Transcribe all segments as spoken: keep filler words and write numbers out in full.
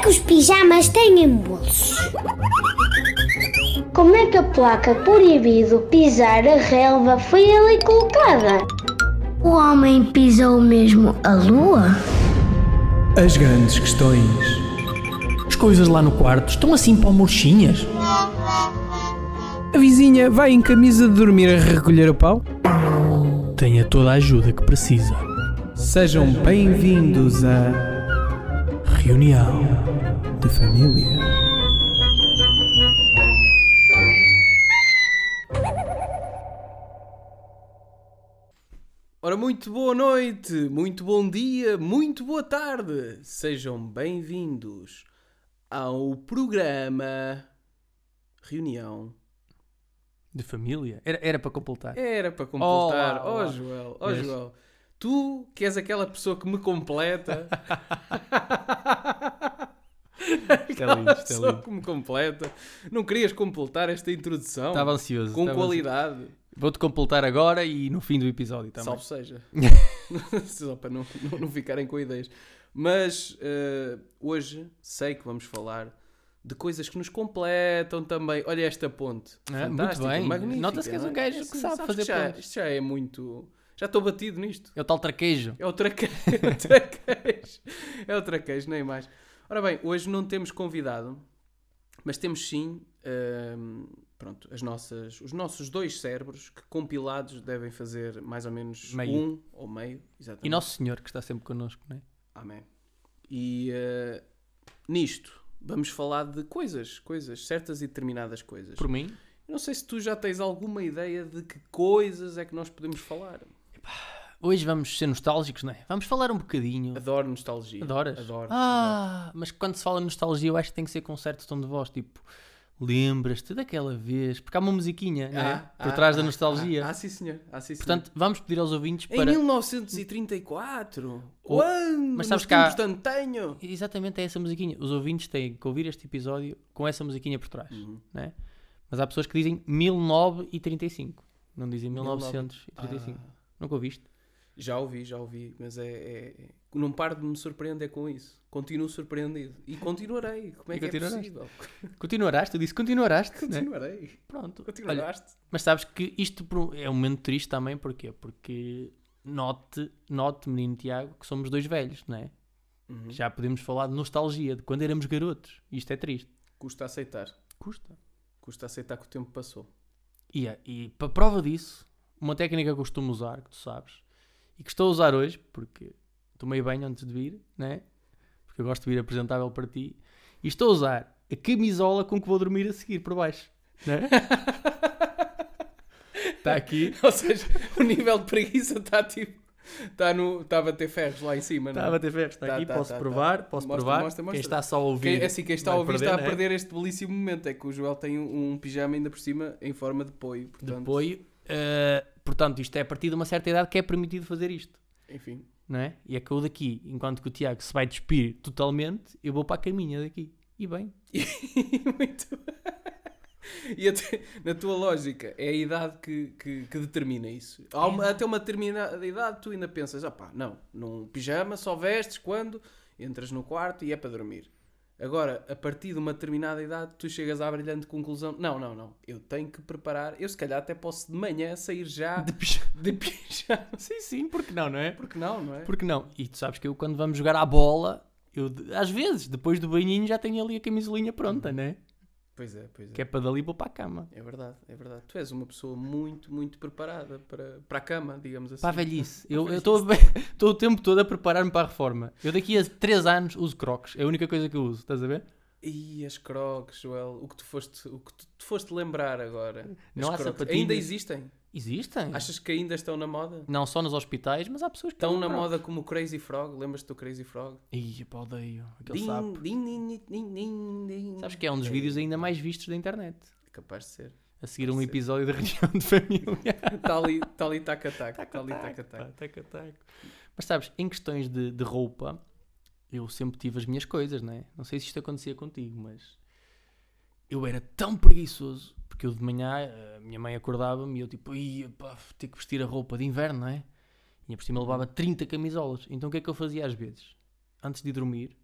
que os pijamas têm bolsos? Como é que a placa proibido pisar a relva foi ali colocada? O homem pisou mesmo a lua? As grandes questões. As coisas lá no quarto estão assim palmurchinhas. A vizinha vai em camisa de dormir a recolher o pau? Tenha toda a ajuda que precisa. Sejam bem-vindos à reunião de família. Ora, muito boa noite, muito bom dia, muito boa tarde. Sejam bem-vindos ao programa Reunião de família? Era, era para completar. Era para completar. Olá, oh, Joel, oh, yes. Joel. Tu que és aquela pessoa que me completa. Isto é lindo, isto é pessoa lindo. que me completa. Não querias completar esta introdução? Estava ansioso. Com estava qualidade. Ansioso. Vou-te completar agora e no fim do episódio também. Salve seja. Só para não, não, não ficarem com ideias. Mas uh, hoje sei que vamos falar de coisas que nos completam também. Olha esta ponte. É, Fantástica, muito bem. magnífica. Nota-se que és um gajo é? que assim, sabe fazer que já, pontes. Isto já é muito... Já estou batido nisto. É o tal traquejo. É o traquejo. É o traquejo. É o traquejo, nem mais. Ora bem, hoje não temos convidado, mas temos sim... Uh, pronto, as nossas, os nossos dois cérebros que compilados devem fazer mais ou menos meio. um ou meio. Exatamente. E Nosso Senhor que está sempre connosco, não é? Amém. E uh, nisto vamos falar de coisas, coisas, certas e determinadas coisas. Por mim? Não sei se tu já tens alguma ideia de que coisas é que nós podemos falar. Hoje vamos ser nostálgicos, não é? Vamos falar um bocadinho. Adoro nostalgia. Adoras? Adoro. Ah, adoro. mas quando se fala de nostalgia eu acho que tem que ser com um certo tom de voz, tipo... Lembras-te daquela vez? Porque há uma musiquinha, não é? Ah, Por ah, trás ah, da nostalgia. Ah, ah, sim senhor. Ah, sim, Portanto, senhor. vamos pedir aos ouvintes Em para... mil novecentos e trinta e quatro? Oh, Quando? mas sabes Nos que há- tempos de antanho? Exatamente, é essa musiquinha. Os ouvintes têm que ouvir este episódio com essa musiquinha por trás, Uhum. não é? Mas há pessoas que dizem mil novecentos e trinta e cinco. Não dizem mil novecentos e trinta e cinco. Ah, Nunca ouviste? já ouvi, já ouvi, mas é, é- é- não paro de me surpreender com isso. Continuo surpreendido. E continuarei. Como é E que é continuarás. possível? Continuarás? Tu disse continuaraste, não é? Continuarei. Pronto. Olha, Continuaste. mas sabes que isto por- é um momento triste também, porquê? Porque note, note, menino Tiago, que somos dois velhos, não é? Uhum. Já podemos falar de nostalgia, de quando éramos garotos. Isto é triste. Custa aceitar. Custa. Custa aceitar que o tempo passou. E, é- e para prova disso, uma técnica que eu costumo usar, que tu sabes, e que estou a usar hoje, porque tomei banho antes de vir, né? Porque eu gosto de vir apresentável para ti, e estou a usar a camisola com que vou dormir a seguir por baixo, né? Está aqui, Ou seja, o nível de preguiça está tipo... Está no, tá a bater ferros lá em cima, não está é? a bater ferros, está Tá, aqui, tá, posso tá, provar, tá. posso Mostra, provar. mostra, mostra. Quem está só a ouvir, Quem, é assim, quem está a vai ouvir perder, está a né? perder este belíssimo momento. É que o Joel tem um, um pijama ainda por cima em forma de apoio. Portanto, de apoio. Uh, portanto, isto é a partir de uma certa idade que é permitido fazer isto. Enfim. Não é? E é que eu daqui, enquanto que o Tiago se vai despir totalmente, eu vou para a caminha daqui. E bem. Muito. E até, na tua lógica, é a idade que, que, que determina isso. Há uma- até uma determinada idade tu ainda pensas, ah pá, não, num pijama só vestes quando entras no quarto e é para dormir. Agora, a partir de uma determinada idade, tu chegas à brilhante conclusão, não, não, não, eu tenho que preparar, eu se calhar até posso de manhã sair já De pijama. de pijama. Sim, sim, porque não, não é? Porque não, não é? Porque não? E tu sabes que eu, quando vamos jogar à bola, eu, de- às vezes, depois do banhinho, já tenho ali a camisolinha pronta, não é? Pois é, pois é. Que é para dali vou para a cama. É verdade, é verdade. Tu és uma pessoa muito, muito preparada para, para a cama, digamos assim. Para a velhice. Eu Para a estou estou o tempo todo a preparar-me para a reforma. Eu daqui a três anos uso crocs. É a única coisa que eu uso, estás a ver? E as crocs, Joel, o que tu foste, o que tu te foste lembrar agora. Não As há crocs sapatilhas. ainda existem? Existem. Achas que ainda estão na moda? Não só nos hospitais, mas há pessoas que Estão usam na crocs. moda como o Crazy Frog? Lembras-te do Crazy Frog? Ih, pá, odeio. Aquele Din, sapo. din, din, din, din, din. Sabes que é um dos vídeos ainda mais vistos da internet. É capaz de ser. A seguir um Pode ser. episódio de reunião de família. Está ali, tá ali taca-taco. Está ali taca-taco. Pá, taca, taca. Mas sabes, em questões de, de roupa, eu sempre tive as minhas coisas, não é? Não sei se isto acontecia contigo, mas eu era tão preguiçoso, porque eu de manhã, a minha mãe acordava-me e eu tipo, ia pá, ter que vestir a roupa de inverno, não é? E por cima eu levava trinta camisolas. Então o que é que eu fazia às vezes? Antes de dormir,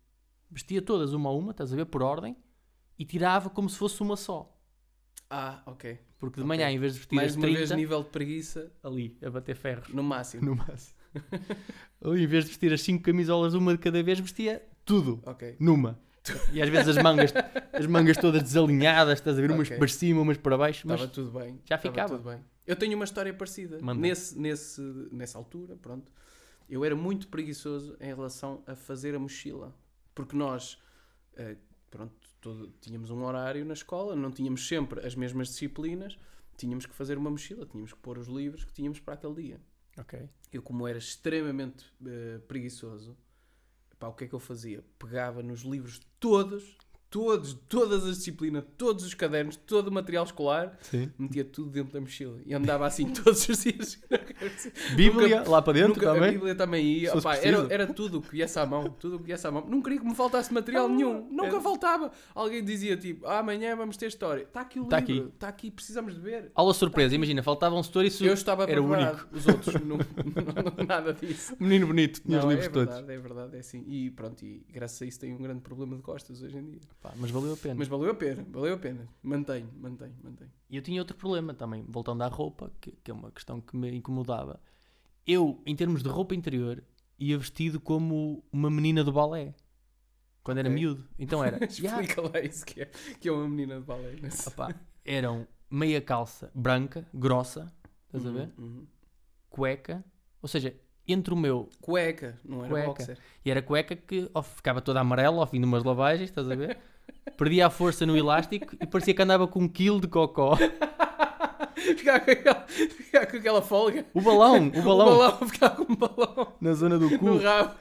vestia todas uma a uma, estás a ver, por ordem, e tirava como se fosse uma só. Ah, ok. Porque de Ok. manhã, em vez de vestir Mais as uma trinta, vez, nível de preguiça, ali, a bater ferros. no máximo. No máximo. Ali, em vez de vestir as cinco camisolas uma de cada vez, vestia tudo, Ok. numa. E às vezes as mangas, as mangas todas desalinhadas, estás a ver, umas Ok. para cima, umas para baixo, mas Estava tudo bem. já Estava ficava. tudo bem. Eu tenho uma história parecida. Manda. Nesse, nesse, nessa altura, pronto. Eu era muito preguiçoso em relação a fazer a mochila. Porque nós, eh, pronto, todo, tínhamos um horário na escola, não tínhamos sempre as mesmas disciplinas, tínhamos que fazer uma mochila, tínhamos que pôr os livros que tínhamos para aquele dia. Ok. Eu, como era extremamente eh, preguiçoso, pá, o que é que eu fazia? Pegava nos livros todos, todos, todas as disciplinas, todos os cadernos, todo o material escolar, Sim. metia tudo dentro da mochila e andava assim todos os dias. Bíblia, lá para dentro Nunca, a também. Bíblia também ia. Se fosse Opá, preciso. era, era tudo o que viesse à mão. Tudo o que viesse à mão. Não queria que me faltasse material Ah, nenhum. Nunca é. faltava. Alguém dizia tipo, ah, amanhã vamos ter história. Está aqui o Tá livro. aqui. Está aqui. Precisamos de ver. Aula surpresa, imagina, faltava um setor e isso Eu estava era o preparado. único. Os outros não, não, não, nada disso. Menino bonito, tinha Não, os livros é todos. verdade, é verdade, é assim. E pronto, e graças a isso tenho um grande problema de costas hoje em dia. Pá, mas valeu a pena. Mas valeu a pena, valeu a pena. Mantenho, mantenho, mantenho. E eu tinha outro problema também, voltando à roupa, que, que é uma questão que me incomodava. Eu, em termos de roupa interior, ia vestido como uma menina do balé. Quando era Ok. miúdo. Então era... "Ya, Explica lá isso que é, que é uma menina de balé. Né? opá, eram meia calça branca, grossa, estás a Uhum, ver? uhum. Cueca. Ou seja, entre o meu... Cueca, não era Cueca. boxer. E era cueca que ó, ficava toda amarela ao fim de umas lavagens, estás a ver? Perdia a força no elástico e parecia que andava com um quilo de cocó. Ficar com aquela, ficar com aquela folga. O balão, o balão, O balão, ficar com um balão na zona do cu. no rabo.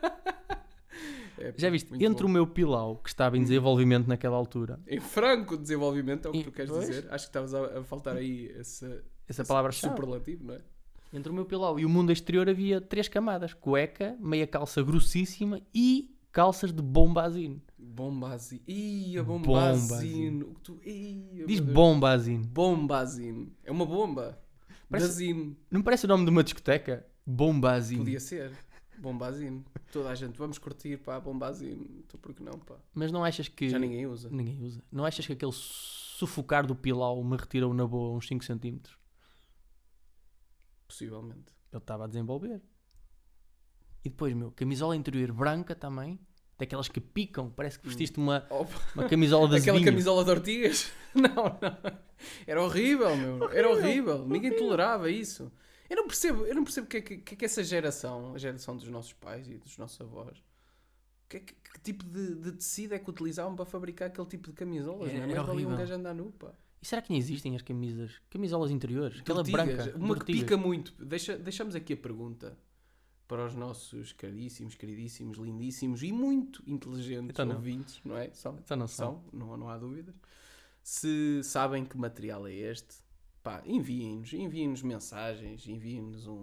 É, Já viste? muito Entre bom. o meu pilau, que estava em desenvolvimento naquela altura, Em franco desenvolvimento, é o que E- tu queres pois. dizer. Acho que estavas a, a faltar aí esse, essa esse palavra-chave, superlativo, não é? entre o meu pilau e o mundo exterior havia três camadas: cueca, meia calça grossíssima e calças de bombazino. Bombazino. Ih, a Bombazino. bombazino. Tu... Ih, Diz meu Deus. bombazino. Bombazino. É uma bomba. Parece- Bazino. Não parece o nome de uma discoteca? Bombazino. Podia ser. Bombazino. Toda a gente, vamos curtir, pá, bombazino. Tu por que não, pá? Mas não achas que... Já ninguém usa. Ninguém usa. Não achas que aquele sufocar do pilau me retirou na boa uns cinco centímetros? Possivelmente. Ele estava a desenvolver. E depois, meu, camisola interior branca também. Daquelas que picam. Parece que vestiste uma, Opa, uma camisola de aquela azevinho. camisola de ortigas? Não, não. Era horrível, meu. Era horrível. Ninguém tolerava isso. Eu não percebo, eu não percebo que é que, que, é que essa geração, a geração dos nossos pais e dos nossos avós, que, que, que tipo de, de tecido é que utilizavam para fabricar aquele tipo de camisolas? Era- Não é? era Mais valia um horrível. gajo andar nu, pá. E será que nem existem as camisas? Camisolas interiores? Aquela Ortigas. branca. Uma de que ortigas. pica muito. Deixa, deixamos aqui a pergunta para os nossos caríssimos, queridíssimos, lindíssimos e muito inteligentes Então não. ouvintes, não é? São, Então não são. são, não, não há dúvidas. Se sabem que material é este, pá, enviem-nos, enviem-nos mensagens, enviem-nos um,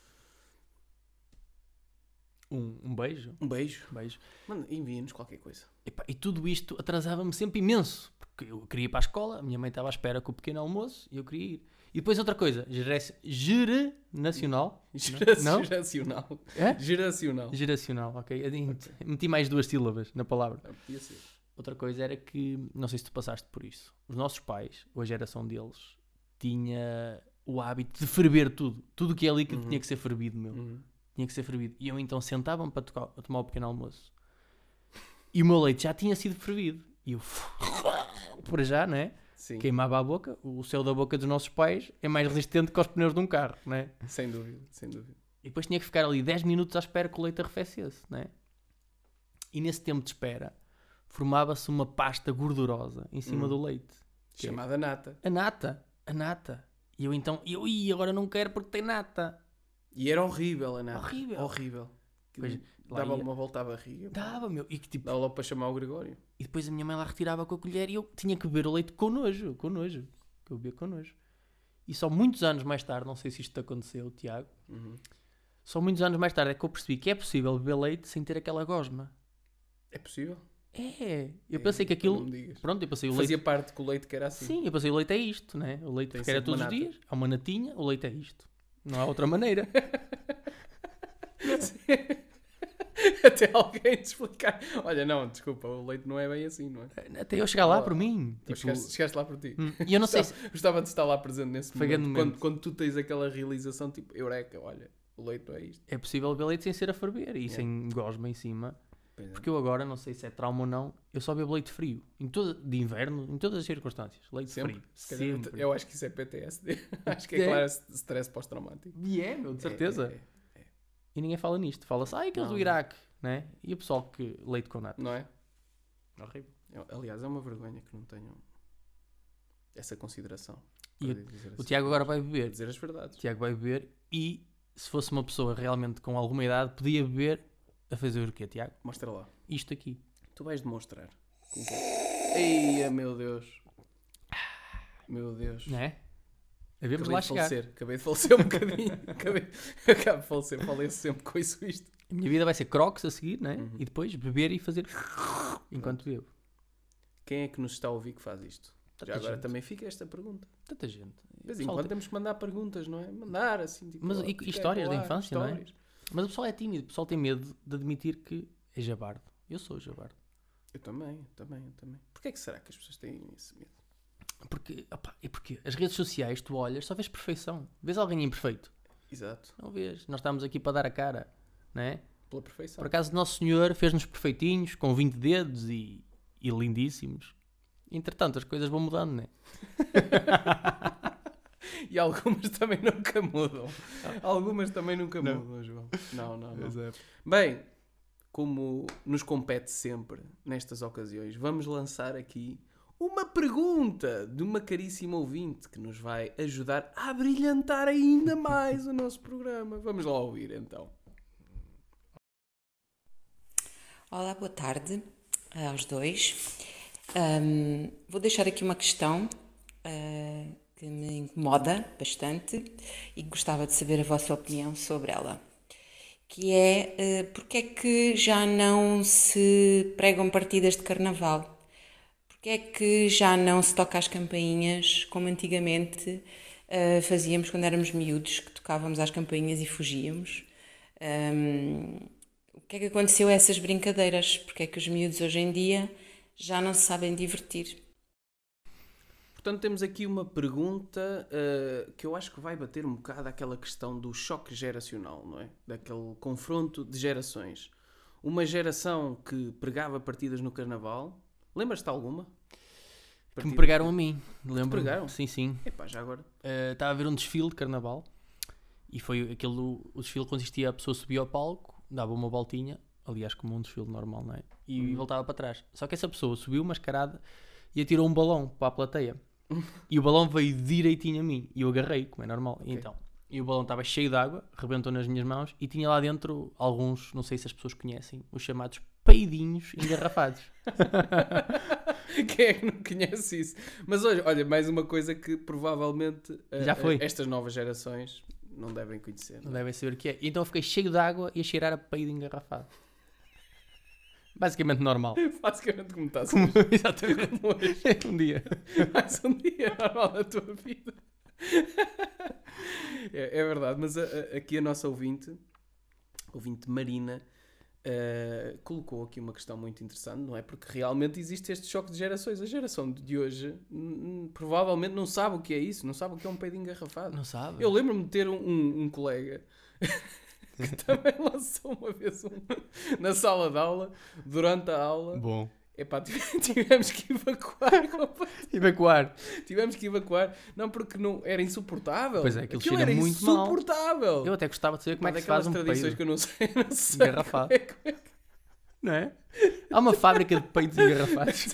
Um, um beijo. um beijo. Um beijo. Mano, enviem-nos qualquer coisa. Epá, e tudo isto atrasava-me sempre imenso. Porque eu queria ir para a escola, a minha mãe estava à espera com o pequeno almoço e eu queria ir. E depois outra coisa, geraci- gera nacional. Gera- Não? Geracional. É? Geracional. Geracional, ok. Eu meti mais duas sílabas na palavra. Ah, podia ser. Outra coisa era que, não sei se tu passaste por isso, os nossos pais, ou a geração deles, tinha o hábito de ferver tudo. Tudo que é líquido Uhum. tinha que ser fervido, meu. Uhum. Tinha que ser fervido. E eu então sentava-me para tocar- a tomar o pequeno almoço. E o meu leite já tinha sido fervido. E eu, por já, não é? Sim, Queimava a boca. O céu da boca dos nossos pais é mais resistente que os pneus de um carro, não é? sem dúvida, sem dúvida. E depois tinha que ficar ali dez minutos à espera que o leite arrefecesse, não é? E nesse tempo de espera, formava-se uma pasta gordurosa em cima Hum. do leite. Que é Chamada nata. a nata. A nata. E eu então, eu, "Ih, agora não quero porque tem nata." E era horrível a nata. Horrível. Horrível. Que Pois, lá dava ia- uma volta à barriga. pá. Dava, meu. E, que, tipo, Dava logo para chamar o Gregório. e depois a minha mãe lá retirava com a colher e eu tinha que beber o leite com nojo. Com nojo. Que eu bebia com nojo. E só muitos anos mais tarde, não sei se isto te aconteceu, Tiago, Uhum. só muitos anos mais tarde é que eu percebi que é possível beber leite sem ter aquela gosma. É possível? É. Eu É, pensei que não aquilo... me digas. Pronto, eu pensei o Fazia leite... parte que o leite que era assim. Sim, eu pensei o leite é isto, né? O leite Tem que era sempre uma todos os nata. dias. Há uma natinha, o leite é isto. Não há outra maneira. Até alguém te explicar. Olha, não, desculpa, o leite não é bem assim, não é? Até eu chegar lá por mim. Tipo... Chegaste, chegaste lá por ti. Hum, E eu não sei se... Gostava, gostava de estar lá presente nesse Foi momento. grande Quando, momento. quando tu tens aquela realização, tipo, eureka, olha, o leite não é isto. É possível beber leite sem ser a ferver e Yeah. sem gosma em cima. Pois é. Porque eu agora, não sei se é trauma ou não, eu só bebo leite frio. Em toda, de inverno, em todas as circunstâncias. Leite Sempre? frio. Se calhar, Sempre. eu acho que isso é P T S D. Acho que é, É. claro stress pós-traumático. E é, meu, de certeza. É, é, é. E ninguém fala nisto. Fala-se, ah, aqueles Não. do Iraque, né? E o pessoal que leite com nata. Não é? Horrível. Eu- aliás, é uma vergonha que não tenham essa consideração. E para o- dizer O assim, Tiago agora vai para beber. dizer as verdades. O Tiago vai beber e, se fosse uma pessoa realmente com alguma idade, podia beber a fazer o quê, Tiago? Mostra lá. Isto aqui. Tu vais demonstrar. Com que... Eia, meu Deus. Meu Deus. Não é? Devemos Acabei lá de chegar. falecer. Acabei de falecer um bocadinho. Acabei... Acabo de falecer. Faleço sempre com isso isto. A minha vida vai ser crocs a seguir, né? Uhum. E depois beber e fazer enquanto bebo. Quem é que nos está a ouvir que faz isto? Tanta Já agora gente. também fica esta pergunta. Tanta gente. De vez em Pessoal quando tem- temos que mandar perguntas, não é? Mandar assim. Tipo, Mas ó, e- fica aí histórias para da lá, infância, não é? histórias. Mas o pessoal é tímido. O pessoal tem medo de admitir que é jabardo. Eu sou jabardo. Eu também, eu também, eu também. Porquê é que será que as pessoas têm esse medo? Porque, opa, é porque as redes sociais, tu olhas, só vês perfeição. Vês alguém imperfeito? Exato. Não vês. Nós estamos aqui para dar a cara, não é? Pela perfeição. Por acaso, Nosso Senhor fez-nos perfeitinhos, com vinte dedos e, e lindíssimos. Entretanto, as coisas vão mudando, não é? E algumas também nunca mudam. Algumas também nunca Não. mudam, João. Não, não, não. Exato. Bem, como nos compete sempre nestas ocasiões, vamos lançar aqui uma pergunta de uma caríssima ouvinte que nos vai ajudar a brilhantar ainda mais o nosso programa. Vamos lá ouvir então. Olá, boa tarde aos dois. Ahm, vou deixar aqui uma questão ah, que me incomoda bastante e gostava de saber a vossa opinião sobre ela. Que é, ah, porque é que já não se pregam partidas de carnaval? Porque é que já não se toca as campainhas como antigamente ah, fazíamos quando éramos miúdos, que tocávamos às campainhas e fugíamos? Ahm, o que é que aconteceu a essas brincadeiras? Porque é que os miúdos hoje em dia já não se sabem divertir? Portanto, temos aqui uma pergunta uh, que eu acho que vai bater um bocado àquela questão do choque geracional, não é? Daquele confronto de gerações. Uma geração que pregava partidas no carnaval. Lembras-te de alguma? Que me Partida- pregaram a mim. Lembro. pregaram? Sim, sim. Epá, já agora. Uh, estava a ver um desfile de carnaval e foi aquele. O desfile consistia: a pessoa subia ao palco, dava uma voltinha, aliás, como um desfile normal, não é? E Uhum. voltava para trás. Só que essa pessoa subiu mascarada e atirou um balão para a plateia. E o balão veio direitinho a mim e eu agarrei, como é normal. E então, e o balão estava cheio de água, rebentou nas minhas mãos e tinha lá dentro alguns, não sei se as pessoas conhecem, os chamados peidinhos engarrafados. Quem é que não conhece isso? Mas hoje, olha, mais uma coisa que provavelmente uh, Já foi. uh, estas novas gerações não devem conhecer. Não devem saber o que é. Então eu fiquei cheio de água e a cheirar a peido engarrafado. Basicamente normal. Basicamente como está a ser. Como- Exatamente. Como hoje. Um dia. Mais um dia normal da tua vida. É, é verdade, mas a- a- aqui a nossa ouvinte, ouvinte Marina, eh, colocou aqui uma questão muito interessante, não é? Porque realmente existe este choque de gerações. A geração de hoje hum, hum, provavelmente não sabe o que é isso, não sabe o que é um peido engarrafado. Não sabe? Eu lembro-me de ter um, um- um colega que também lançou uma vez um na sala de aula, durante a aula. Bom. Epá, tive- tivemos que evacuar completamente. Evacuar. Tivemos que evacuar, não porque não, era insuportável. Pois é, aquilo Aquilo cheira era muito mal. insuportável. Eu até gostava de saber como é que se faz um tradições peido. que eu não sei, não sei Engarrafado. como é que- Não é? Há uma fábrica de peitos engarrafados.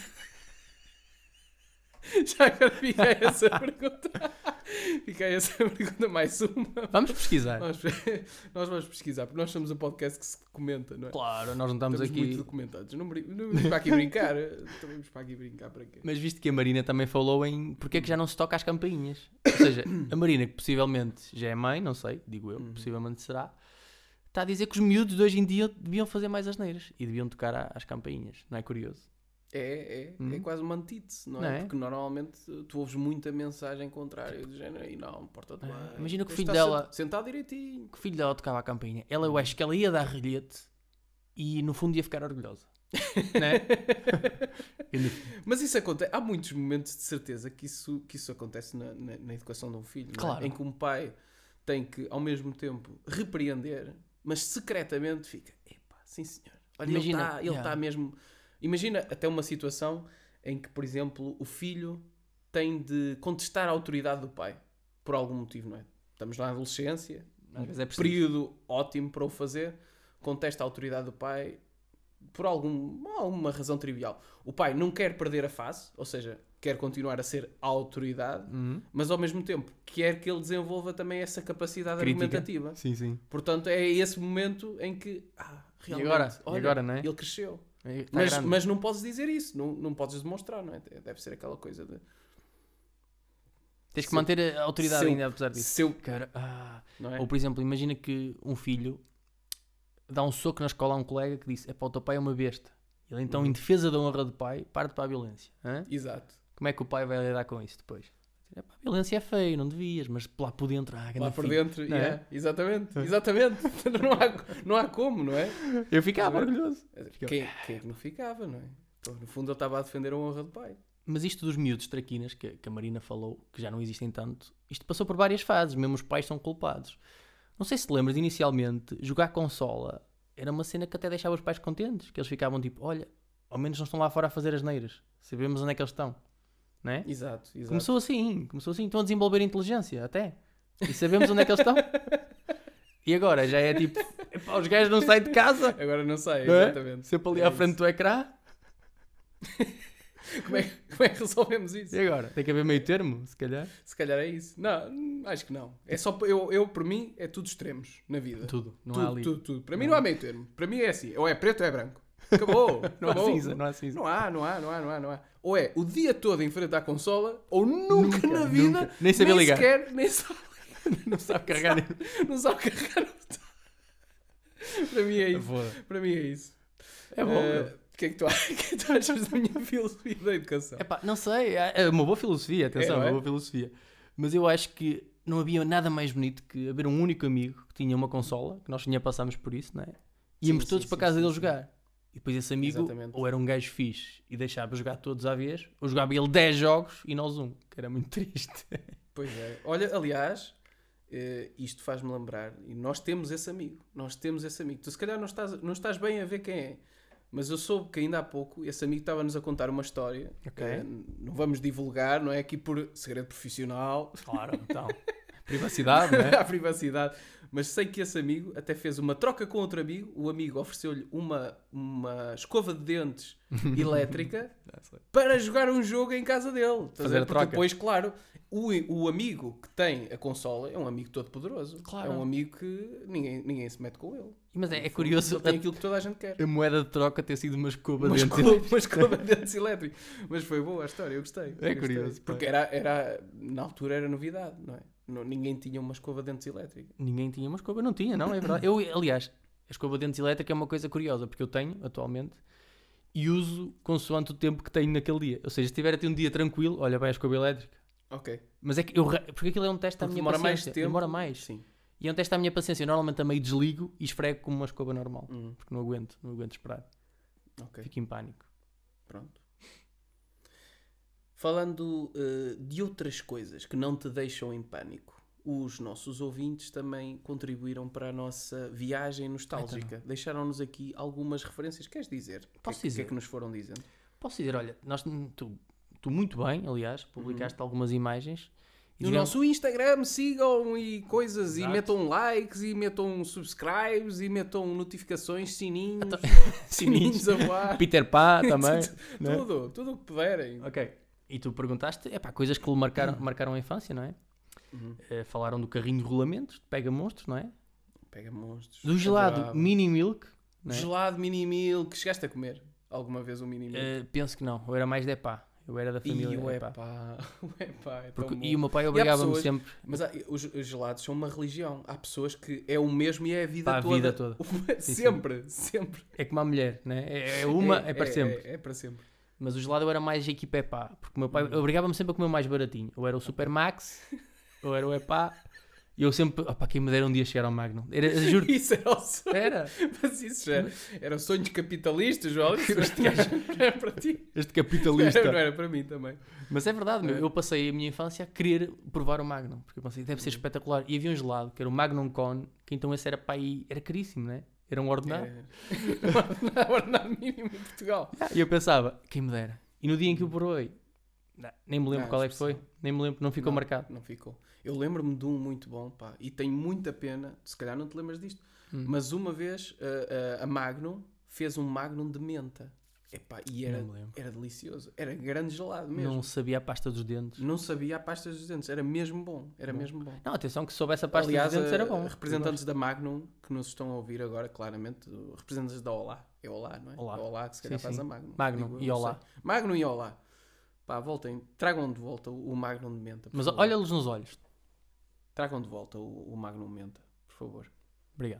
Já agora fica aí essa pergunta. Fica aí essa pergunta, mais uma. Vamos pesquisar. Nós, nós vamos pesquisar, porque nós somos um podcast que se comenta, não é? Claro, nós não estamos Estamos muito aqui. documentados. Não, brin- não vamos para aqui brincar. Também vamos para aqui brincar para quê? Mas visto que a Marina também falou em porque é que já não se toca às campainhas. Ou seja, a Marina, que possivelmente já é mãe, não sei, digo eu, Uhum. possivelmente será, está a dizer que os miúdos de hoje em dia deviam fazer mais asneiras e deviam tocar à- às campainhas. Não é curioso? É, é, Hum. é quase uma antítese, não, Não é? é? Porque normalmente tu ouves muita mensagem contrária do género e não, porta-te É, bem. imagina que o Tens de filho estar dela- sent- Sentado direitinho. Que o filho dela tocava a campainha. Ela, eu acho que ela ia dar relhete e no fundo ia ficar orgulhosa. Né? Mas isso acontece, há muitos momentos de certeza que isso, que isso acontece na, na, na educação de um filho, Claro. não é? Em que um pai tem que ao mesmo tempo repreender, mas secretamente fica, epá, sim senhor, olha, Imagina, ele está ele yeah. tá mesmo, imagina até uma situação em que, por exemplo, o filho tem de contestar a autoridade do pai por algum motivo, não é? Estamos na adolescência, Às vezes é um preciso. período ótimo para o fazer, contesta a autoridade do pai por algum, alguma razão trivial. O pai não quer perder a face, ou seja, quer continuar a ser a autoridade, Uhum. mas ao mesmo tempo quer que ele desenvolva também essa capacidade Crítica. argumentativa. Sim, sim. Portanto, é esse momento em que, ah, realmente, agora? E olha, agora, não é? ele cresceu. Tá Mas, grande. mas não podes dizer isso, não, não podes demonstrar, não é? Deve ser aquela coisa de... Tens que se- manter a autoridade se eu- ainda apesar disso. Se eu, Cara, ah. não é? Ou, por exemplo, imagina que um filho dá um soco na escola a um colega que disse: é pá, o teu pai é uma besta. Ele então, Uhum. em defesa da honra do pai, parte para a violência. Hã? Exato. Como é que o pai vai lidar com isso depois? É pá, a violência é feio, não devias, mas lá por dentro, ah, Lá grande por filho. dentro, não é? yeah, exatamente, exatamente. não, há, não há como, não é? Eu ficava Não é? orgulhoso. Quem, quem é que não ficava, não é? Pô, no fundo ele estava a defender a honra do pai. Mas isto dos miúdos traquinas, que, que a Marina falou, que já não existem tanto, isto passou por várias fases, mesmo os pais são culpados. Não sei se te lembras, inicialmente, jogar consola era uma cena que até deixava os pais contentes, que eles ficavam tipo, olha, ao menos não estão lá fora a fazer asneiras, sabemos onde é que eles estão, não é? Exato, exato. Começou assim, começou assim, estão a desenvolver inteligência até, e sabemos onde é que eles estão. E agora já é tipo, epá, os gajos não saem de casa, Agora não sei, não é? exatamente. Sempre ali É à isso. frente do ecrã. Como é, que- como é que resolvemos isso? E agora? Tem que haver meio termo, se calhar. Se calhar é isso. Não, hum, acho que não. É só, eu, eu, por mim, é tudo extremos na vida. Tudo, não tudo, há ali. tudo, tudo. Para mim não há meio termo. Para mim é assim, ou é preto ou é branco. Acabou. Não há acabou. cinza, não há cinza. Não há, não há, não há, não há, não há. Ou é o dia todo em frente à consola, ou nunca, Nunca, na vida, nunca. Nem sabia ligar. sequer, nem sabe, Não sabe carregar nem... não sabe carregar o botão. Para mim é isso. Para mim é isso. É bom. Eh, meu. O que é que tu, o que é que tu achas da minha filosofia da educação? Epá, não sei, é é uma boa filosofia, atenção, É, não é é? uma boa filosofia. Mas eu acho que não havia nada mais bonito que haver um único amigo que tinha uma consola, que nós já passámos por isso, não é? Íamos Sim, todos sim, para sim, casa sim, dele sim. jogar. E depois esse amigo Exatamente. ou era um gajo fixe e deixava jogar todos à vez, ou jogava ele dez jogos e nós um, que era muito triste. Pois é. Olha, aliás, eh, isto faz-me lembrar, e nós temos esse amigo, nós temos esse amigo. Tu se calhar não estás, não estás bem a ver quem é, mas eu soube que ainda há pouco esse amigo estava-nos a contar uma história. Ok. Eh, não vamos divulgar, não é aqui por segredo profissional, Claro, então. Privacidade, não é? à privacidade, mas sei que esse amigo até fez uma troca com outro amigo. O amigo ofereceu-lhe uma, uma escova de dentes elétrica para jogar um jogo em casa dele. Estás a Fazer ver? a Porque troca. depois, claro, o, o amigo que tem a consola é um amigo todo poderoso. Claro. É um amigo que ninguém, ninguém se mete com ele. Mas é, é No fundo, curioso Ele tem aquilo que toda a gente quer. a moeda de troca ter sido uma escova Uma de escova, dentes. uma escova de dentes elétrica. Mas foi boa a história, eu gostei. É eu gostei. curioso, pá. Porque era, era, na altura era novidade, não é? Não, ninguém tinha uma escova de dentes elétrica. Ninguém tinha uma escova, não tinha, não, é verdade. Eu, aliás, a escova de dentes elétrica é uma coisa curiosa, porque eu tenho atualmente e uso consoante o tempo que tenho naquele dia. Ou seja, se tiver a ter um dia tranquilo, olha, vai a escova elétrica. Ok. Mas é que eu, ra- porque aquilo é um teste à Porque minha demora mais paciência. tempo. Demora mais. Sim. E é um teste à minha paciência. Eu normalmente também desligo e esfrego como uma escova normal. Hum, Porque não aguento, não aguento esperar. ok. Fico em pânico. Pronto. Falando eh, de outras coisas que não te deixam em pânico, os nossos ouvintes também contribuíram para a nossa viagem nostálgica. Deixaram-nos aqui algumas referências. Queres dizer? O Posso que, é que- dizer? O que é que nos foram dizendo? Posso dizer, olha, nós, tu, tu muito bem, aliás, publicaste algumas imagens. E No digamos- nosso Instagram, sigam e coisas, Exato. e metam likes, e metam subscribes, e metam notificações, sininhos, Então- sininhos a voar. Peter Pan também. não é? Tudo, tudo o que puderem. Ok. E tu perguntaste, epá, coisas que lhe marcaram, marcaram a infância, não é? Uhum. Eh, falaram do carrinho de rolamentos, de pega monstros, não é? Pega monstros. Do gelado Adorava. Mini Milk, não é? Gelado mini mil, que chegaste a comer alguma vez um mini mil? Eh, penso que não, eu era mais de epá. Eu era da família E o epá. epá, o epá é tão Porque- bom. e o meu pai obrigava-me pessoas- sempre. Mas há- os, os gelados são uma religião. Há pessoas que é o mesmo e é a vida Pá, a toda. vida toda. Sim, sim. sempre, sempre. É como a mulher, né? é, é uma, é, para sempre. É, é para sempre. Mas o gelado eu era mais equipa epá. Porque o meu pai Uhum. obrigava-me sempre a comer o mais baratinho. Ou era o Super Max, ou era o epá. E eu sempre, opá, quem me dera um dia chegar ao Magnum. Era, juro. Isso era o sonho. Era. Mas isso já eram sonhos capitalistas, João. Isso não era para ti. Este capitalista. Não era, não era para mim também. Mas é verdade, meu. Eu passei a minha infância a querer provar o Magnum. Porque eu pensei, deve ser espetacular. E havia um gelado, que era o Magnum Cone, que então esse era para aí, era caríssimo, né? Era um ordenado. É. Um ordenado mínimo em Portugal. E eu pensava, quem me dera. E no dia em que eu provei, não, nem me lembro Não, qual é que foi. Nem me lembro, não ficou não, marcado. Não ficou. Eu lembro-me de um muito bom, pá. E tenho muita pena, se calhar não te lembras disto, Hum. mas uma vez a, a, a Magnum fez um Magnum de menta. Epá, e era, Não me lembro. era delicioso. Era grande gelado mesmo. Não sabia a pasta dos dentes. Não sabia a pasta dos dentes. Era mesmo bom. Era Bom. mesmo bom. Não, atenção que se soubesse a pasta Aliás, dos dentes a- era bom. representantes da Magnum que nos estão a ouvir agora, claramente, representantes da Olá. É Olá, não é? Olá. É Olá que se calhar Sim, faz sim. a Magnum. Magnum Digo eu, e não Olá. sei. Magnum e Olá. Pá, voltem. Tragam de volta o, o Magnum de menta. por Mas favor. olha-lhes nos olhos. Tragam de volta o, o Magnum menta, por favor. Obrigado.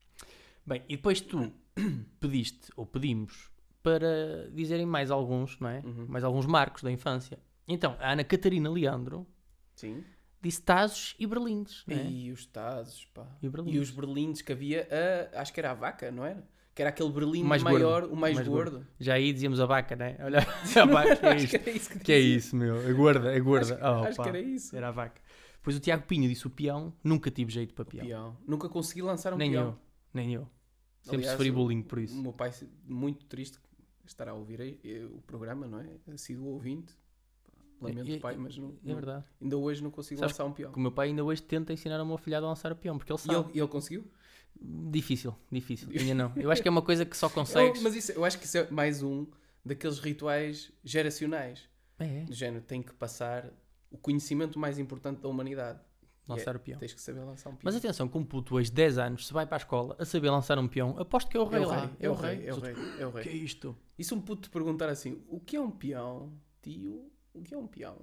Bem, e depois tu pediste, ou pedimos, para dizerem mais alguns, não é? Uhum. Mais alguns marcos da infância. Então, a Ana Catarina Leandro Sim. disse Tazos e Berlindes, não é? E os Tazos, pá. E E, o berlindes. os berlindes que havia, a, acho que era a vaca, não era? Que era aquele berlinde Mais maior, gordo. o mais, Mais gordo. Já aí dizíamos a vaca, não é? Olha, a vaca, que é Acho que isto? era isso que, Que é dizia. isso, meu? É gorda, é gorda. Acho, Oh, acho pá. que era isso. Era a vaca. Depois o Tiago Pinho disse o peão. Nunca tive jeito para peão. Peão. Nunca consegui lançar um Nem peão. eu, nem eu. Sempre Aliás, sofri o- bullying por isso. O meu pai, muito triste, estará a ouvir aí, eh, o programa, não é? Ha sido ouvinte. Lamento, É- é- pai, mas não, É não- verdade. ainda hoje não consigo Sabes lançar um peão. Que o meu pai ainda hoje tenta ensinar ao meu filhado a lançar o peão, porque ele E sabe. ele, e ele conseguiu? Difícil, difícil. Ainda não. Eu acho que é uma coisa que só Eu, consegues. mas isso, eu acho que isso é mais um daqueles rituais geracionais. É, é. Do género, tem que passar o conhecimento mais importante da humanidade. Lançar E é, o peão. Tens que saber lançar um peão. Mas atenção, como puto hoje, dez anos, se vai para a escola a saber lançar um peão, aposto que é o é rei o lá. rei, é o rei, é o rei, é o O que é rei. isto? E se um puto te perguntar assim, o que é um peão, tio? O que é um peão?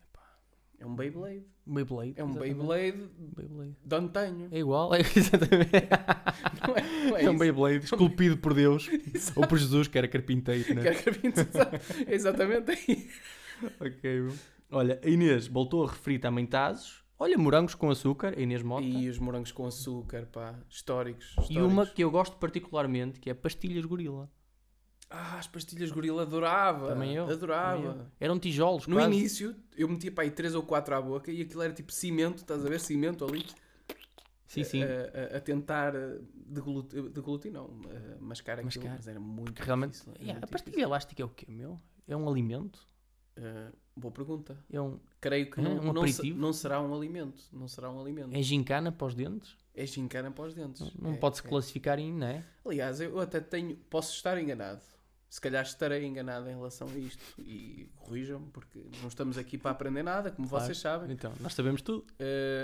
É um Beyblade. Beyblade. É um exatamente. Beyblade Beyblade. de antanho. É igual, é exatamente. Não é, não é, É um isso. Beyblade esculpido por Deus ou por Jesus, que era carpinteiro, né? Que é carpinteiro, é exatamente aí. Ok, bom. Olha, a Inês voltou a referir também Tazos. Olha, morangos com açúcar, a Inês Mota. E os morangos com açúcar, pá, históricos. E históricos. uma que eu gosto particularmente, que é pastilhas gorila. Ah, as pastilhas gorila adorava. Também eu. Adorava. Também eu. Eram tijolos, No quase. início, eu metia para aí três ou quatro à boca e aquilo era tipo cimento, estás a ver? Cimento ali. Sim, sim. A, a- a tentar eh, deglutir, deglutir não, eh, mascar aquilo, Mascar. mas era muito Porque realmente, difícil. era yeah, muito a pastilha difícil. elástica é o quê, meu? É um alimento? Eh, boa pergunta. É, um, Creio que É, não, um não, se- aperitivo? não será um alimento. Não será um alimento. é gincana para os dentes? É gincana para os dentes. Não É, pode-se é. classificar em, não é? Aliás, eu até tenho. Posso estar enganado. Se calhar estarei enganado em relação a isto. E corrijam-me, porque não estamos aqui para aprender nada, como Claro. vocês sabem. Então, nós sabemos tudo. Eh,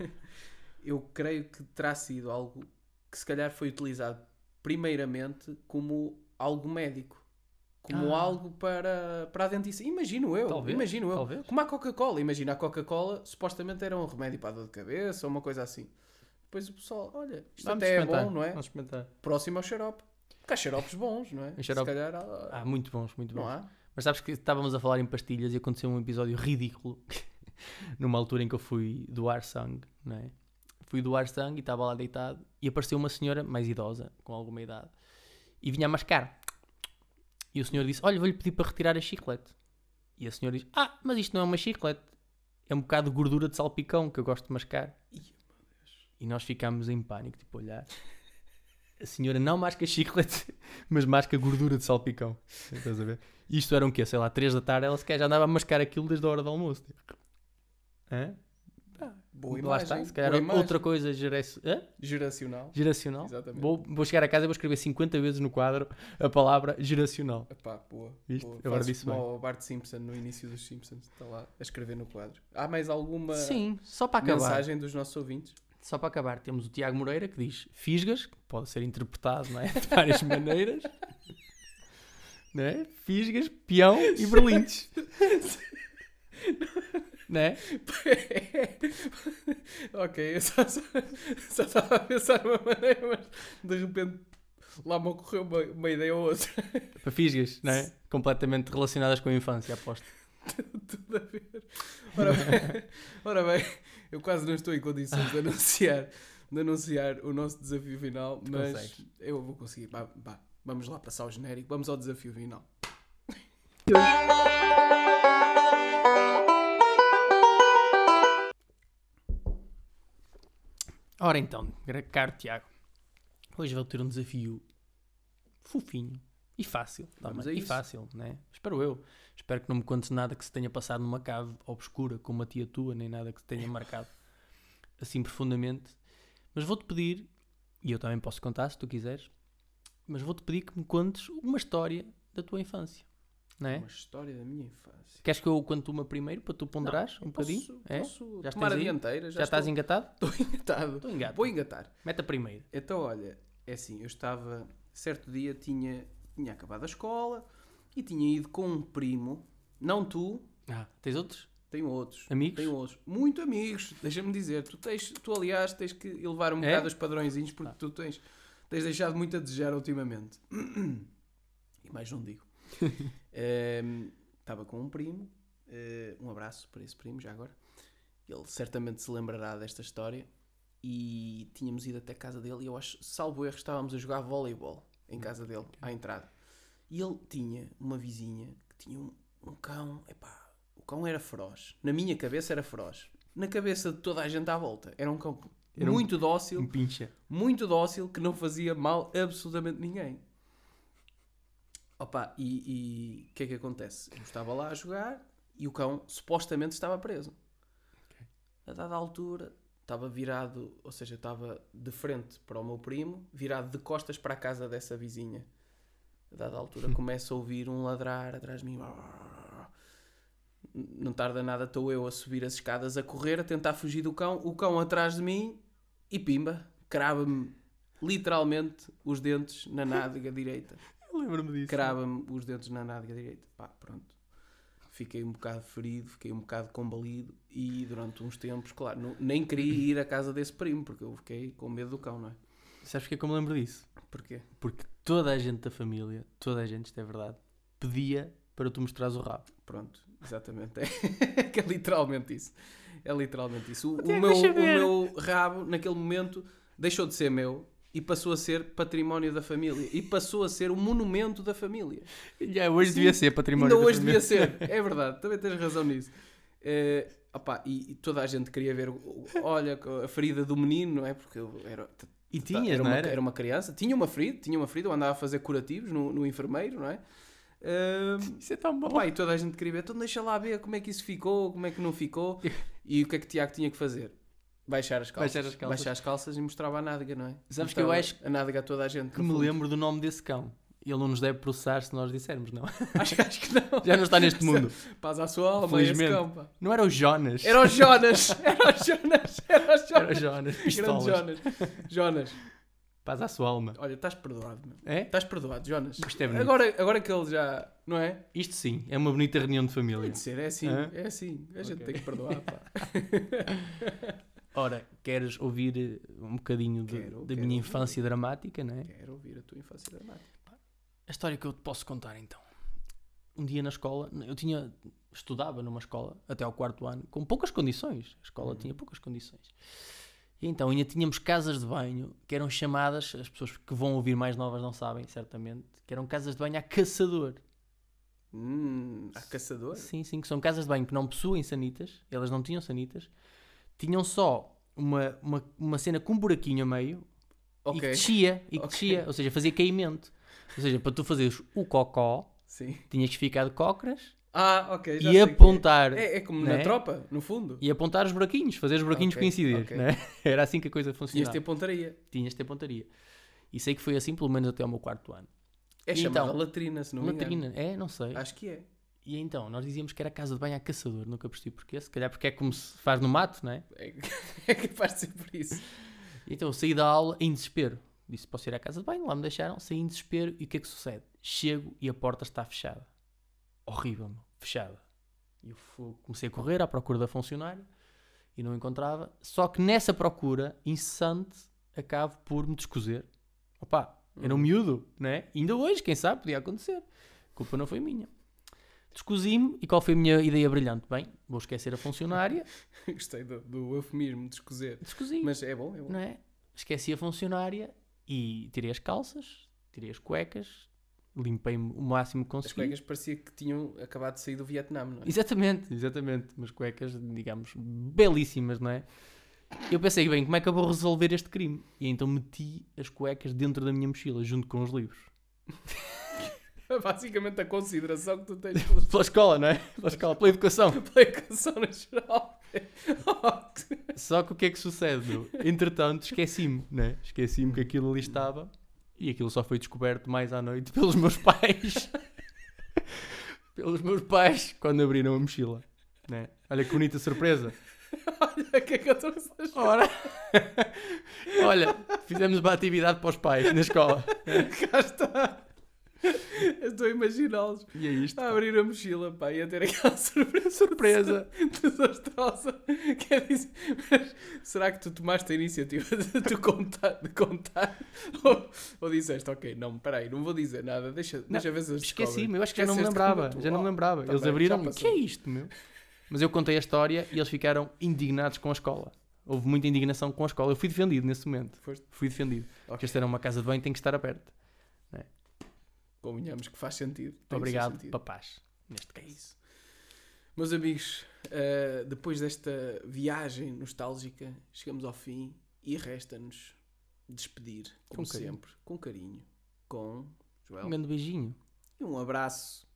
eu creio que terá sido algo que se calhar foi utilizado primeiramente como algo médico. Como Ah. algo para, para a dentição. Imagino eu. Talvez, imagino eu. talvez. Como a Coca-Cola. Imagina, a Coca-Cola supostamente era um remédio para a dor de cabeça ou uma coisa assim. Depois o pessoal, olha, isto Vamos até é experimentar, bom, não é? Vamos experimentar. Próximo ao xarope. Porque há xaropes bons, não é? Um xarope- Se calhar há- Ah, muito bons, muito bons. não há. Mas sabes que estávamos a falar em pastilhas e aconteceu um episódio ridículo numa altura em que eu fui doar sangue, não é? Fui doar sangue e estava lá deitado e apareceu uma senhora mais idosa, com alguma idade, e vinha a mascar. E o senhor disse, olha, vou-lhe pedir para retirar a chiclete. E a senhora diz, ah, mas isto não é uma chiclete, é um bocado de gordura de salpicão que eu gosto de mascar. Ih, E nós ficámos em pânico, tipo, a olhar. A senhora não masca chiclete, mas masca gordura de salpicão. Estás a ver? Isto era um quê? Sei lá, três da tarde, ela se calhar já andava a mascar aquilo desde a hora do almoço. Tipo. Hã? Boa Lá imagem. está, se calhar boa imagem. outra coisa geraci- Hã? Geracional. geracional. Exatamente. Vou, vou chegar a casa e vou escrever cinquenta vezes no quadro a palavra geracional. Epá, boa. Viste? boa. Agora Fazes disse como bem. o Bart Simpson no início dos Simpsons. Está lá a escrever no quadro. Há mais alguma Sim, só para acabar. mensagem dos nossos ouvintes? Só para acabar, temos o Tiago Moreira que diz fisgas, que pode ser interpretado, não é? De várias maneiras. Não é? Fisgas, peão e berlindes. Não é? Ok, eu só, só, só estava a pensar de uma maneira, mas de repente lá me ocorreu uma, uma ideia ou outra. Para fisgas, não é? Completamente relacionadas com a infância, aposto. Tudo a ver. Ora bem, ora bem eu quase não estou em condições de anunciar, de anunciar o nosso desafio final, Tu mas consegues. eu vou conseguir. Vá, vá, vamos lá passar o genérico, vamos ao desafio final. Ora então, caro Tiago, hoje vou ter um desafio fofinho e fácil. Vamos também. a E isso. fácil, né? Espero eu. Espero que não me contes nada que se tenha passado numa cave obscura com uma tia tua, nem nada que te tenha marcado assim profundamente. Mas vou-te pedir, e eu também posso contar se tu quiseres, mas vou-te pedir que me contes uma história da tua infância. Não é? Uma história da minha infância. Queres que eu conte uma primeiro para tu ponderares um bocadinho? Posso, É? posso Já tomar a estás aí? dianteira? Já, estás estou, engatado? Estou engatado. Estou engatado. Vou engatar. Mete a primeira. Então, olha, é assim, eu estava, certo dia tinha, tinha acabado a escola e tinha ido com um primo, não tu, Ah, tens outros? tenho outros. Amigos? Tenho outros. Muito amigos, deixa-me dizer. Tu, tens, tu aliás, tens que elevar um É? bocado os padrõezinhos porque Ah. tu tens, tens deixado muito a desejar ultimamente. E mais não digo. Ehm, Estava com um primo, eh, um abraço para esse primo já agora. Ele certamente se lembrará desta história. E tínhamos ido até a casa dele e eu acho, salvo erro, estávamos a jogar voleibol em casa dele, à entrada. E ele tinha uma vizinha que tinha um, um cão, epá, o cão era feroz. Na minha cabeça era feroz. Na cabeça de toda a gente à volta. Era um cão Era um- muito dócil, Um pincha. muito dócil, que não fazia mal a absolutamente ninguém. Opa, e o que é que acontece? Eu estava lá a jogar e o cão supostamente estava preso. A dada altura, estava virado, ou seja, estava de frente para o meu primo, virado de costas para a casa dessa vizinha. A dada altura, começo a ouvir um ladrar atrás de mim. Não tarda nada, estou eu a subir as escadas, a correr, a tentar fugir do cão. O cão atrás de mim e pimba, crava-me literalmente os dentes na nádega direita. Eu lembro-me disso. Crava-me os dentes na nádega direita. Pá, pronto. Fiquei um bocado ferido, fiquei um bocado combalido e durante uns tempos, claro, não- nem queria ir à casa desse primo, porque eu fiquei com medo do cão, não é? Sabes porque é que eu me lembro disso? Porquê? Porque toda a gente da família, toda a gente, isto é verdade, pedia para tu mostrares o rabo. Pronto, exatamente. É, que é literalmente isso. É literalmente isso. O, o Tiago, meu, deixa o ver. meu rabo, naquele momento, deixou de ser meu e passou a ser património da família. E passou a ser o monumento da família. Já, hoje Sim. devia ser património Ainda da hoje devia família. ser. É verdade, também tens razão nisso. Eh, opá, e, e toda a gente queria ver, o- olha, a ferida do menino, não é? Porque eu era... E tinhas, era não uma, era? era uma criança, tinha uma ferida, tinha uma ferida, eu andava a fazer curativos no, no enfermeiro, não é? Ahm, Isso é tão bom. opá, e toda a gente queria ver, então deixa lá ver como é que isso ficou, como é que não ficou. E o que é que o Tiago tinha que fazer? Baixar as calças. Baixar as calças. Baixar as calças e mostrava a nádega, não é? Sabes que eu Mostrava acho a nádega a toda a gente. Que no me fundo. lembro do nome desse cão. Ele não nos deve processar se nós dissermos, não. Acho, acho que não. Já não está neste mundo. Paz à sua alma, esse Felizmente. cão, pá. Não era o Jonas. Era o Jonas! Era o Jonas! Era o Jonas! Era o Jonas. Grande Pistolas. Jonas. Jonas, Paz à sua alma. olha, estás perdoado, meu. É? Estás perdoado, Jonas. Isto é bonito. Agora, agora que ele já. Não é? Isto sim, é uma bonita reunião de família. Tem de ser, é assim. Hã? É assim. A gente Ok. tem que perdoar, pá. Ora, queres ouvir eh, um bocadinho de- Quero, da quero minha ouvir. infância dramática, não é? Quero ouvir a tua infância dramática. A história que eu te posso contar então. Um dia na escola, eu tinha, estudava numa escola até ao quarto ano, com poucas condições. A escola tinha poucas condições. E então ainda tínhamos casas de banho que eram chamadas, as pessoas que vão ouvir mais novas não sabem, certamente, que eram casas de banho a caçador. Hum, há caçador? Sim, sim, que são casas de banho que não possuem sanitas, elas não tinham sanitas, tinham só uma, uma, uma cena com um buraquinho a meio e que Ok. descia, e que Ok. descia, ou seja, fazia caimento. Ou seja, para tu fazeres o cocó, Sim. tinhas que ficar de cócoras Ah, ok. Já e sei que apontar. É, é, é como né? na tropa, no fundo. E apontar os buraquinhos, fazer os buraquinhos Ok, coincidir. ok. Né? Era assim que a coisa Tinhas funcionava. de ter pontaria. Tinhas de ter pontaria. E sei que foi assim pelo menos até ao meu quarto ano. É E chamada então? latrina, se não me engano. Latrina, é? Não sei. Acho que é. E então, nós dizíamos que era casa de banho a caçador, nunca percebi porquê. Se calhar porque é como se faz no mato, não é? É, é capaz de ser por isso. Então eu saí da aula em desespero. Disse, posso ir à casa de banho? Lá me deixaram. Saí em desespero e o que é que sucede? Chego e a porta está fechada. Horrível, meu. Fechada. E eu fui- comecei a correr à procura da funcionária e não encontrava. Só que nessa procura, incessante, acabo por me descozer. Opa, era um miúdo, né? Ainda hoje, quem sabe, podia acontecer. A culpa não foi minha. Descosi-me e qual foi a minha ideia brilhante? Bem, vou esquecer a funcionária. Gostei do, do eufemismo, descozer. Descosi. Mas é bom, é bom. Não é? Esqueci a funcionária e tirei as calças, tirei as cuecas, limpei-me o máximo que As consegui. cuecas parecia que tinham acabado de sair do Vietnã, não é? Exatamente, exatamente. Umas cuecas, digamos, belíssimas, não é? Eu pensei, bem, como é que eu vou resolver este crime? E então meti as cuecas dentro da minha mochila, junto com os livros. Basicamente a consideração que tu tens pelas Pela escola, não é? Pela escola, pela educação. pela educação no geral. Só que o que é que sucede, meu? Entretanto, esqueci-me, né? Esqueci-me que aquilo ali estava e aquilo só foi descoberto mais à noite pelos meus pais. Pelos meus pais, quando abriram a mochila, né? Olha que bonita surpresa. Olha, o que é que eu estou a fazer? Ora, olha, fizemos uma atividade para os pais na escola. Cá está. Eu estou a imaginá-los E é isto. a abrir a mochila, pá, e a ter aquela surpresa, Surpresa. desastrosa. Quer dizer, mas será que tu tomaste a iniciativa de, tu contar, de contar? Ou, ou disseste, ok, não, peraí, não vou dizer nada, deixa, deixa ver se eles descobrem. Esqueci-me, eu acho que já não me Esqueceste lembrava. como tu- Já não me Oh, lembrava. tá Eles bem, abriram já e o que passou. é isto, meu? Mas eu contei a história e eles ficaram indignados com a escola. Houve muita indignação com a escola. Eu fui defendido nesse momento. Foste? Fui defendido. Ok. Porque esta era uma casa de banho, tem que estar aberta. Convenhamos que faz sentido. tem Obrigado, sentido. papás. Neste É caso. isso. Meus amigos, eh, depois desta viagem nostálgica, chegamos ao fim e resta-nos despedir, como Com carinho. sempre, com carinho, com Joel Um grande beijinho. e um abraço